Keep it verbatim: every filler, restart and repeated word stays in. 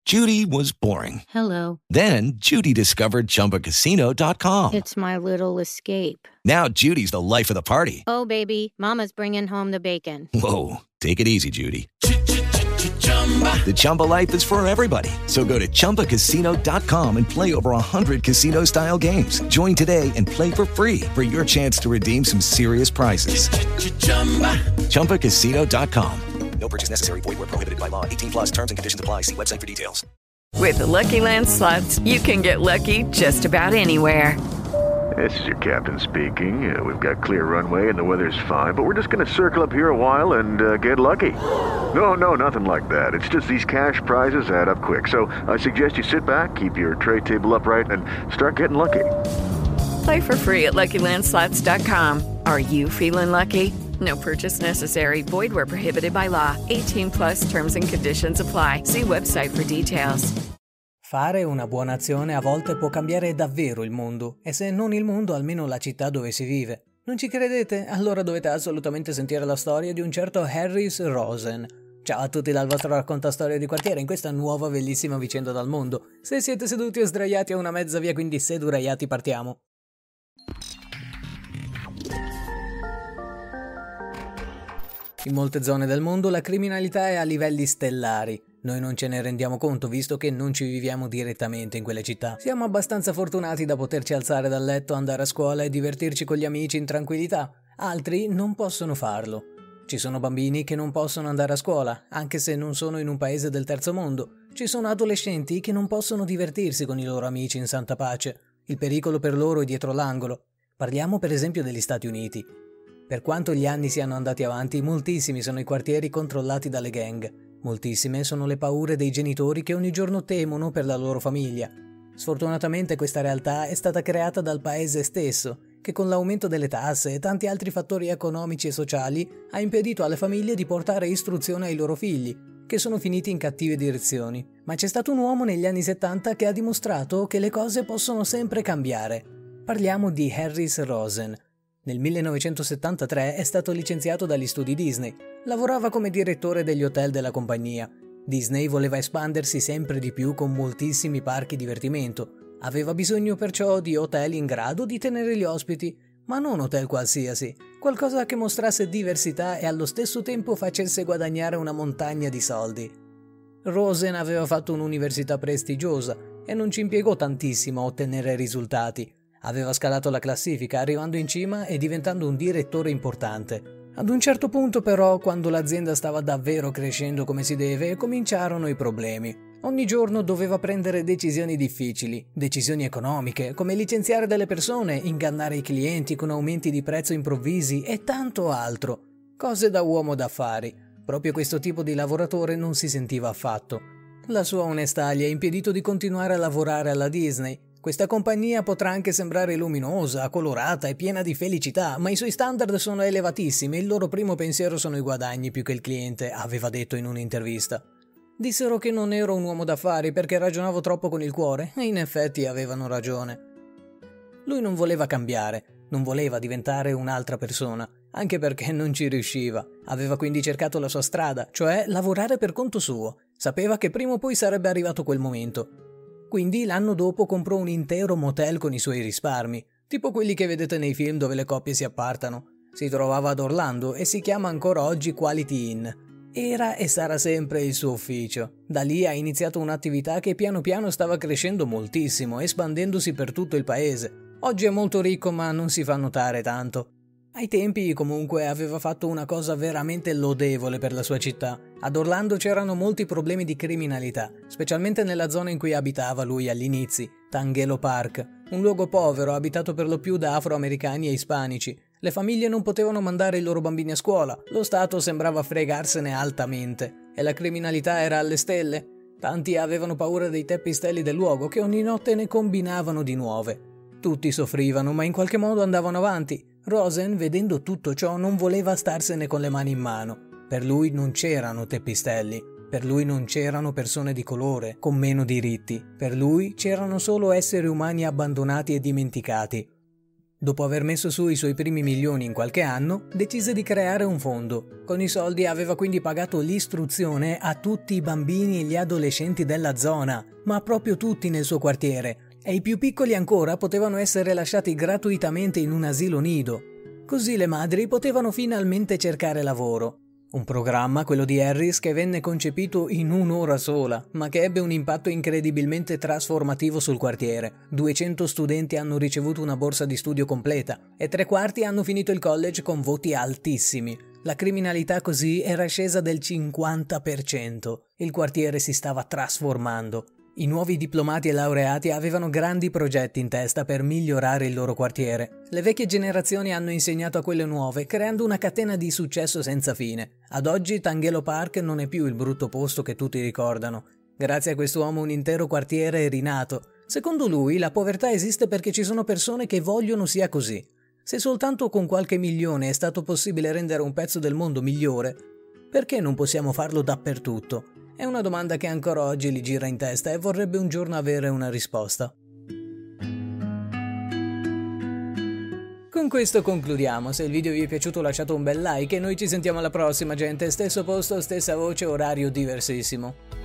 Judy was boring. Hello. Then Judy discovered Chumba Casino dot com. It's my little escape. Now Judy's the life of the party. Oh, baby, mama's bringing home the bacon. Whoa, take it easy, Judy. The Chumba life is for everybody. So go to Chumba Casino dot com and play over one hundred casino-style games. Join today and play for free for your chance to redeem some serious prizes. Chumba Casino dot com. No purchase necessary. Void where prohibited by law. eighteen plus terms and conditions apply. See website for details. With the Lucky Land Slots, you can get lucky just about anywhere. This is your captain speaking. Uh, we've got clear runway and the weather's fine, but we're just going to circle up here a while and uh, get lucky. No, no, nothing like that. It's just these cash prizes add up quick. So I suggest you sit back, keep your tray table upright, and start getting lucky. Play for free at Lucky Land Slots dot com. Are you feeling lucky? No purchase necessary. Void where prohibited by law. eighteen plus terms and conditions apply. See website for details. Fare una buona azione a volte può cambiare davvero il mondo, e se non il mondo, almeno la città dove si vive. Non ci credete? Allora dovete assolutamente sentire la storia di un certo Harris Rosen. Ciao a tutti dal vostro raccontastorie di quartiere in questa nuova bellissima vicenda dal mondo. Se siete seduti o sdraiati a una mezza via, quindi seduraiati, partiamo. In molte zone del mondo la criminalità è a livelli stellari. Noi non ce ne rendiamo conto visto che non ci viviamo direttamente in quelle città. Siamo abbastanza fortunati da poterci alzare dal letto, andare a scuola e divertirci con gli amici in tranquillità. Altri non possono farlo. Ci sono bambini che non possono andare a scuola, anche se non sono in un paese del terzo mondo. Ci sono adolescenti che non possono divertirsi con i loro amici in santa pace. Il pericolo per loro è dietro l'angolo. Parliamo per esempio degli Stati Uniti. Per quanto gli anni siano andati avanti, moltissimi sono i quartieri controllati dalle gang. Moltissime sono le paure dei genitori che ogni giorno temono per la loro famiglia. Sfortunatamente questa realtà è stata creata dal paese stesso, che con l'aumento delle tasse e tanti altri fattori economici e sociali ha impedito alle famiglie di portare istruzione ai loro figli, che sono finiti in cattive direzioni. Ma c'è stato un uomo negli anni settanta che ha dimostrato che le cose possono sempre cambiare. Parliamo di Harris Rosen. Nel millenovecentosettantatré è stato licenziato dagli studi Disney. Lavorava come direttore degli hotel della compagnia. Disney voleva espandersi sempre di più con moltissimi parchi divertimento. Aveva bisogno perciò di hotel in grado di tenere gli ospiti, ma non hotel qualsiasi, qualcosa che mostrasse diversità e allo stesso tempo facesse guadagnare una montagna di soldi. Rosen aveva fatto un'università prestigiosa e non ci impiegò tantissimo a ottenere risultati. Aveva scalato la classifica, arrivando in cima e diventando un direttore importante. Ad un certo punto però, quando l'azienda stava davvero crescendo come si deve, cominciarono i problemi. Ogni giorno doveva prendere decisioni difficili, decisioni economiche, come licenziare delle persone, ingannare i clienti con aumenti di prezzo improvvisi e tanto altro. Cose da uomo d'affari. Proprio questo tipo di lavoratore non si sentiva affatto. La sua onestà gli ha impedito di continuare a lavorare alla Disney. Questa compagnia potrà anche sembrare luminosa, colorata e piena di felicità, ma i suoi standard sono elevatissimi e il loro primo pensiero sono i guadagni più che il cliente, aveva detto in un'intervista. Dissero che non ero un uomo d'affari perché ragionavo troppo con il cuore, e in effetti avevano ragione. Lui non voleva cambiare, non voleva diventare un'altra persona, anche perché non ci riusciva. Aveva quindi cercato la sua strada, cioè lavorare per conto suo. Sapeva che prima o poi sarebbe arrivato quel momento. Quindi l'anno dopo comprò un intero motel con i suoi risparmi, tipo quelli che vedete nei film dove le coppie si appartano. Si trovava ad Orlando e si chiama ancora oggi Quality Inn. Era e sarà sempre il suo ufficio. Da lì ha iniziato un'attività che piano piano stava crescendo moltissimo, espandendosi per tutto il paese. Oggi è molto ricco ma non si fa notare tanto. Ai tempi, comunque, aveva fatto una cosa veramente lodevole per la sua città. Ad Orlando c'erano molti problemi di criminalità, specialmente nella zona in cui abitava lui agli inizi, Tangelo Park, un luogo povero abitato per lo più da afroamericani e ispanici. Le famiglie non potevano mandare i loro bambini a scuola, lo Stato sembrava fregarsene altamente, e la criminalità era alle stelle. Tanti avevano paura dei teppistelli del luogo che ogni notte ne combinavano di nuove. Tutti soffrivano, ma in qualche modo andavano avanti. Rosen, vedendo tutto ciò, non voleva starsene con le mani in mano. Per lui non c'erano teppistelli, per lui non c'erano persone di colore, con meno diritti. Per lui c'erano solo esseri umani abbandonati e dimenticati. Dopo aver messo su i suoi primi milioni in qualche anno, decise di creare un fondo. Con i soldi aveva quindi pagato l'istruzione a tutti i bambini e gli adolescenti della zona, ma proprio tutti nel suo quartiere, e i più piccoli ancora potevano essere lasciati gratuitamente in un asilo nido. Così le madri potevano finalmente cercare lavoro. Un programma, quello di Harris, che venne concepito in un'ora sola, ma che ebbe un impatto incredibilmente trasformativo sul quartiere. duecento studenti hanno ricevuto una borsa di studio completa e tre quarti hanno finito il college con voti altissimi. La criminalità così era scesa del cinquanta per cento. Il quartiere si stava trasformando. I nuovi diplomati e laureati avevano grandi progetti in testa per migliorare il loro quartiere. Le vecchie generazioni hanno insegnato a quelle nuove, creando una catena di successo senza fine. Ad oggi Tangelo Park non è più il brutto posto che tutti ricordano. Grazie a quest'uomo un intero quartiere è rinato. Secondo lui la povertà esiste perché ci sono persone che vogliono sia così. Se soltanto con qualche milione è stato possibile rendere un pezzo del mondo migliore, perché non possiamo farlo dappertutto? È una domanda che ancora oggi gli gira in testa e vorrebbe un giorno avere una risposta. Con questo concludiamo. Se il video vi è piaciuto lasciate un bel like e noi ci sentiamo alla prossima, gente. Stesso posto, stessa voce, orario diversissimo.